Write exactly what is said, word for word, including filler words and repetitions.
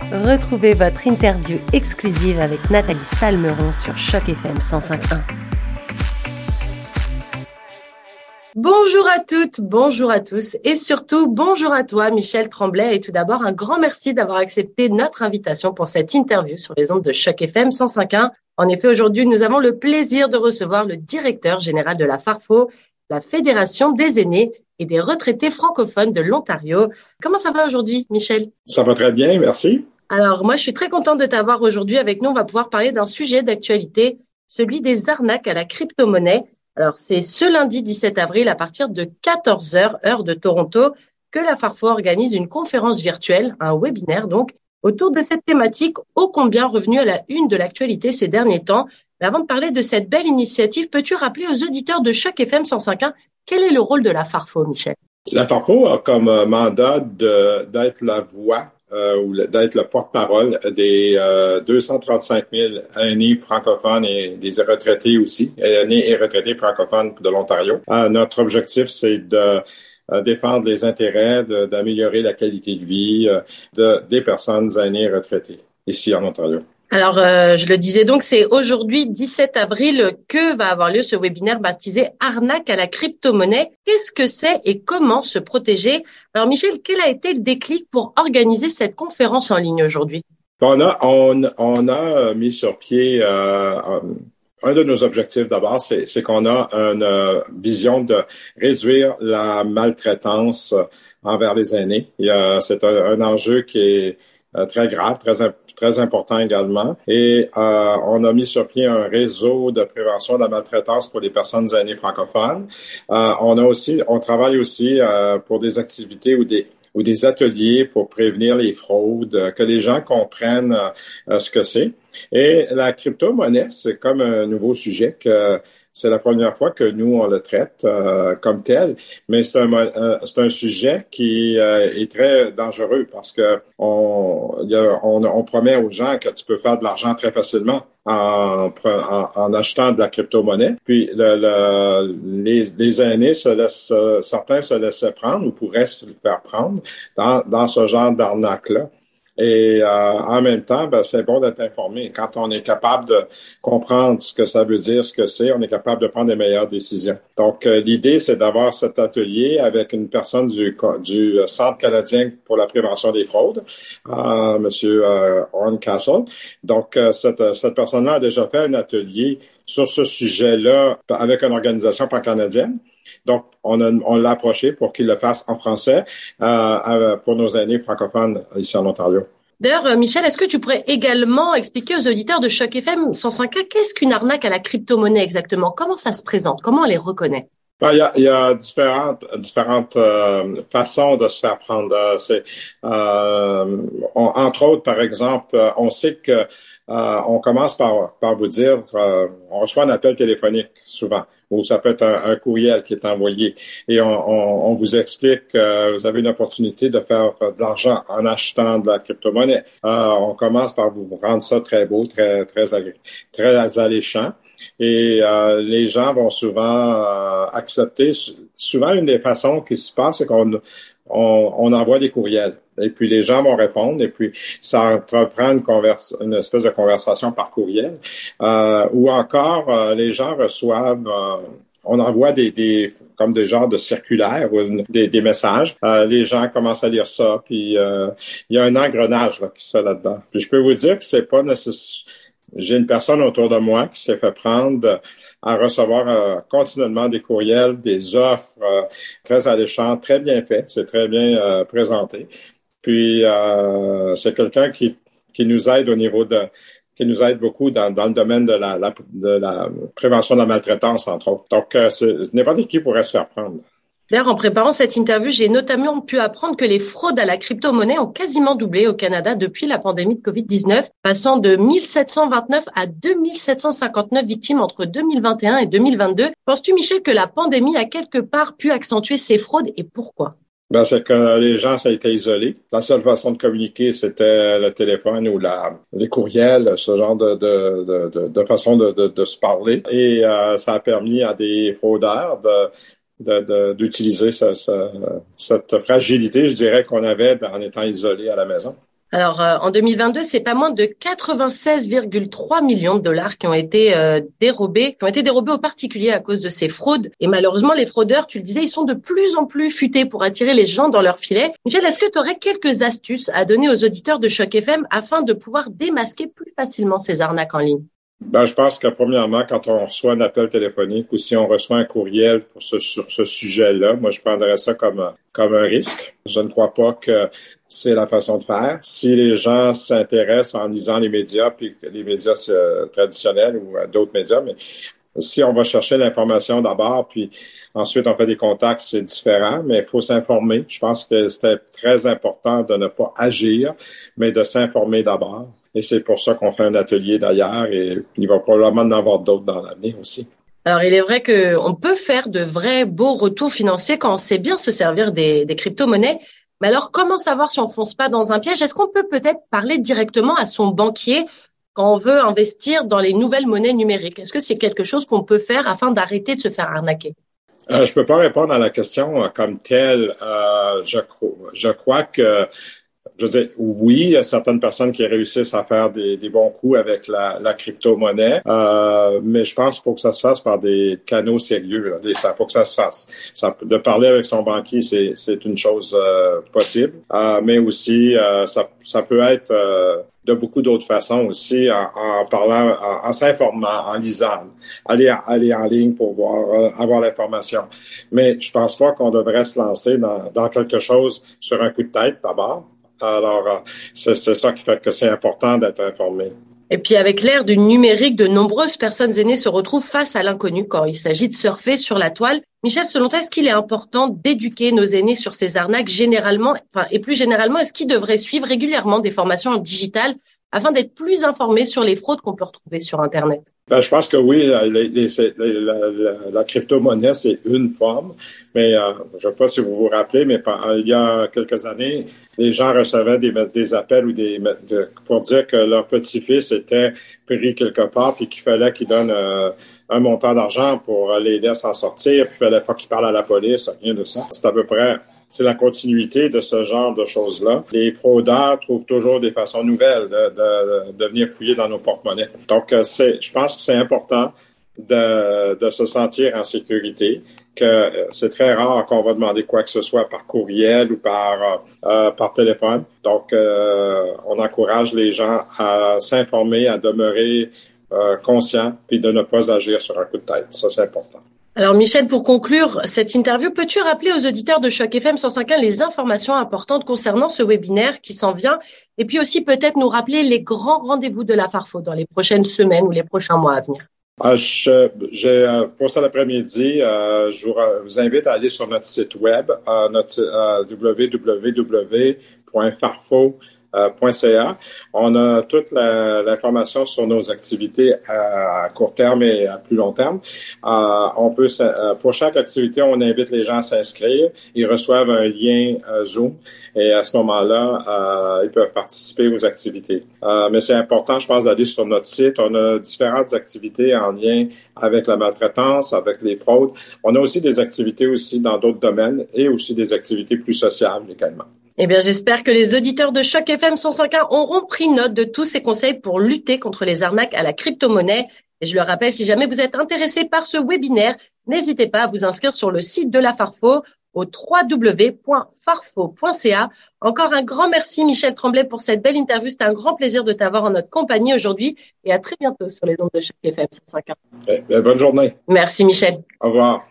Retrouvez votre interview exclusive avec Nathalie Salmeron sur Choc F M cent cinq point un. Bonjour à toutes, bonjour à tous et surtout bonjour à toi Michel Tremblay, et tout d'abord un grand merci d'avoir accepté notre invitation pour cette interview sur les ondes de Choc F M cent cinq point un. En effet, aujourd'hui nous avons le plaisir de recevoir le directeur général de la Farfo, la Fédération des aînés et des retraités francophones de l'Ontario. Comment ça va aujourd'hui, Michel? Ça va très bien, merci. Alors moi je suis très contente de t'avoir aujourd'hui avec nous. On va pouvoir parler d'un sujet d'actualité, celui des arnaques à la crypto-monnaie. Alors, c'est ce lundi dix-sept avril à partir de quatorze heures, heure de Toronto, que la Farfo organise une conférence virtuelle, un webinaire donc, autour de cette thématique ô combien revenue à la une de l'actualité ces derniers temps. Mais avant de parler de cette belle initiative, peux-tu rappeler aux auditeurs de Choc F M cent cinq point un quel est le rôle de la Farfo, Michel? La Farfo a comme mandat de, d'être la voix euh, ou d'être le porte-parole des euh, deux cent trente-cinq mille aînés francophones et des retraités aussi, aînés et retraités francophones de l'Ontario. Euh, notre objectif, c'est de euh, défendre les intérêts, de, d'améliorer la qualité de vie euh, de, des personnes aînées et retraitées ici en Ontario. Alors, euh, je le disais donc, c'est aujourd'hui dix-sept avril que va avoir lieu ce webinaire baptisé « Arnaque à la crypto-monnaie ». Qu'est-ce que c'est et comment se protéger? Alors Michel, quel a été le déclic pour organiser cette conférence en ligne aujourd'hui? On a, on, on a mis sur pied, euh, un de nos objectifs d'abord, c'est, c'est qu'on a une euh, vision de réduire la maltraitance envers les aînés. Il y a, c'est un, un enjeu qui est euh, très grave, très important. Très important également. Et euh, on a mis sur pied un réseau de prévention de la maltraitance pour les personnes aînées francophones. Euh, on a aussi, on travaille aussi euh, pour des activités ou des ou des ateliers pour prévenir les fraudes, euh, que les gens comprennent euh, ce que c'est. Et la crypto-monnaie, c'est comme un nouveau sujet que c'est la première fois que nous, on le traite euh, comme tel, mais c'est un, euh, c'est un sujet qui euh, est très dangereux parce que on, y a, on, on promet aux gens que tu peux faire de l'argent très facilement en, en, en achetant de la crypto-monnaie. Puis le, le, les, les aînés se laissent, certains se laissaient prendre ou pourraient se faire prendre dans, dans ce genre d'arnaque-là. Et euh, en même temps, ben, c'est bon d'être informé. Quand on est capable de comprendre ce que ça veut dire, ce que c'est, on est capable de prendre les meilleures décisions. Donc, euh, l'idée, c'est d'avoir cet atelier avec une personne du, du Centre canadien pour la prévention des fraudes, euh, Monsieur euh, Horncastle. Donc, euh, cette, cette personne-là a déjà fait un atelier sur ce sujet-là avec une organisation pan-canadienne. Donc, on, a, on l'a approché pour qu'il le fasse en français euh, pour nos aînés francophones ici en Ontario. D'ailleurs, Michel, est-ce que tu pourrais également expliquer aux auditeurs de Choc F M cent cinq point un qu'est-ce qu'une arnaque à la crypto-monnaie exactement? Comment ça se présente? Comment on les reconnaît? Il y a, il y a différentes, différentes euh, façons de se faire prendre. C'est, euh, on, entre autres, par exemple, on sait que euh, on commence par, par vous dire, euh, on reçoit un appel téléphonique souvent, ou ça peut être un, un courriel qui est envoyé, et on, on, on vous explique que vous avez une opportunité de faire de l'argent en achetant de la crypto-monnaie. Euh, on commence par vous rendre ça très beau, très très agré- très alléchant. Et euh, les gens vont souvent euh, accepter. Souvent, une des façons qui se passe, c'est qu'on on, on envoie des courriels. Et puis, les gens vont répondre. Et puis, ça entreprend une, converse, une espèce de conversation par courriel. Euh, ou encore, euh, les gens reçoivent... Euh, on envoie des, des comme des genres de circulaires ou une, des, des messages. Euh, les gens commencent à lire ça. Puis, euh, il y a un engrenage là, qui se fait là-dedans. Puis, je peux vous dire que c'est pas nécessaire. J'ai une personne autour de moi qui s'est fait prendre à recevoir euh, continuellement des courriels, des offres euh, très alléchantes, très bien faites, c'est très bien euh, présenté. Puis euh, c'est quelqu'un qui qui nous aide au niveau de qui nous aide beaucoup dans, dans le domaine de la, la de la prévention de la maltraitance, entre autres. Donc euh, c'est, n'importe qui pourrait se faire prendre. D'ailleurs, en préparant cette interview, j'ai notamment pu apprendre que les fraudes à la crypto-monnaie ont quasiment doublé au Canada depuis la pandémie de covid dix-neuf, passant de mille sept cent vingt-neuf à deux mille sept cent cinquante-neuf victimes entre deux mille vingt et un et deux mille vingt-deux. Penses-tu, Michel, que la pandémie a quelque part pu accentuer ces fraudes et pourquoi? Ben, c'est que les gens, ça a été isolé. La seule façon de communiquer, c'était le téléphone ou la, les courriels, ce genre de, de, de, de, de façon de, de, de se parler. Et euh, ça a permis à des fraudeurs de De, de, d'utiliser ce, ce, cette fragilité, je dirais, qu'on avait en étant isolé à la maison. Alors, euh, en deux mille vingt-deux, c'est pas moins de quatre-vingt-seize virgule trois millions de dollars qui ont été euh, dérobés, qui ont été dérobés aux particuliers à cause de ces fraudes. Et malheureusement, les fraudeurs, tu le disais, ils sont de plus en plus futés pour attirer les gens dans leur filet. Michel, est-ce que tu aurais quelques astuces à donner aux auditeurs de Choc F M afin de pouvoir démasquer plus facilement ces arnaques en ligne? Ben, je pense que premièrement, quand on reçoit un appel téléphonique ou si on reçoit un courriel pour ce, sur ce sujet-là, moi, je prendrais ça comme, comme un risque. Je ne crois pas que c'est la façon de faire. Si les gens s'intéressent en lisant les médias, puis les médias euh, traditionnels ou euh, d'autres médias, mais si on va chercher l'information d'abord, puis ensuite on fait des contacts, c'est différent, mais il faut s'informer. Je pense que c'était très important de ne pas agir, mais de s'informer d'abord. Et c'est pour ça qu'on fait un atelier d'ailleurs et il va probablement en avoir d'autres dans l'avenir aussi. Alors, il est vrai qu'on peut faire de vrais beaux retours financiers quand on sait bien se servir des, des crypto-monnaies. Mais alors, comment savoir si on fonce pas dans un piège? Est-ce qu'on peut peut-être parler directement à son banquier quand on veut investir dans les nouvelles monnaies numériques? Est-ce que c'est quelque chose qu'on peut faire afin d'arrêter de se faire arnaquer? Euh, je peux pas répondre à la question euh, comme telle. Euh, je, cro- je crois que Je veux dire, oui, il y a certaines personnes qui réussissent à faire des, des bons coups avec la, la crypto-monnaie, euh, mais je pense qu'il faut que ça se fasse par des canaux sérieux. Il faut que ça se fasse. Ça, de parler avec son banquier, c'est, c'est une chose euh, possible, euh, mais aussi euh, ça, ça peut être euh, de beaucoup d'autres façons aussi, en, en parlant, en, en s'informant, en lisant, aller, aller en ligne pour voir, euh, avoir l'information. Mais je pense pas qu'on devrait se lancer dans, dans quelque chose sur un coup de tête d'abord. Alors, c'est, c'est ça qui fait que c'est important d'être informé. Et puis, avec l'ère du numérique, de nombreuses personnes aînées se retrouvent face à l'inconnu quand il s'agit de surfer sur la toile. Michel, selon toi, est-ce qu'il est important d'éduquer nos aînés sur ces arnaques généralement, enfin, et plus généralement, est-ce qu'ils devraient suivre régulièrement des formations en digital afin d'être plus informés sur les fraudes qu'on peut retrouver sur Internet? Ben, je pense que oui, les, les, les, la, la, la crypto-monnaie, c'est une forme, mais euh, je ne sais pas si vous vous rappelez, mais il y a quelques années, les gens recevaient des, des appels ou des de, pour dire que leur petit-fils était pris quelque part puis qu'il fallait qu'il donne euh, un montant d'argent pour l'aider à s'en sortir, puis il fallait pas qu'il parle à la police, rien de ça. C'est à peu près... C'est la continuité de ce genre de choses-là. Les fraudeurs trouvent toujours des façons nouvelles de, de, de venir fouiller dans nos porte-monnaies. Donc, c'est, je pense que c'est important de, de se sentir en sécurité, que c'est très rare qu'on va demander quoi que ce soit par courriel ou par, euh, par téléphone. Donc, euh, on encourage les gens à s'informer, à demeurer euh, conscients, puis de ne pas agir sur un coup de tête. Ça, c'est important. Alors Michel, pour conclure cette interview, peux-tu rappeler aux auditeurs de Choc F M cent cinq point un les informations importantes concernant ce webinaire qui s'en vient et puis aussi peut-être nous rappeler les grands rendez-vous de la Farfo dans les prochaines semaines ou les prochains mois à venir? Ah, je, j'ai, pour cet après-midi, euh, je vous, vous invite à aller sur notre site web, euh, notre euh, w w w point farfo point c a. On a toute la, l'information sur nos activités à, à court terme et à plus long terme. Euh, on peut, pour chaque activité, on invite les gens à s'inscrire. Ils reçoivent un lien euh, Zoom et à ce moment-là, euh, ils peuvent participer aux activités. Euh, mais c'est important, je pense, d'aller sur notre site. On a différentes activités en lien avec la maltraitance, avec les fraudes. On a aussi des activités aussi dans d'autres domaines et aussi des activités plus sociales également. Eh bien, j'espère que les auditeurs de Choc F M cent cinq point un auront pris note de tous ces conseils pour lutter contre les arnaques à la crypto-monnaie. Et je le rappelle, si jamais vous êtes intéressé par ce webinaire, n'hésitez pas à vous inscrire sur le site de la Farfo au w w w point farfo point c a. Encore un grand merci, Michel Tremblay, pour cette belle interview. C'était un grand plaisir de t'avoir en notre compagnie aujourd'hui et à très bientôt sur les ondes de Choc F M cent cinq point un. Okay. Bonne journée. Merci, Michel. Au revoir.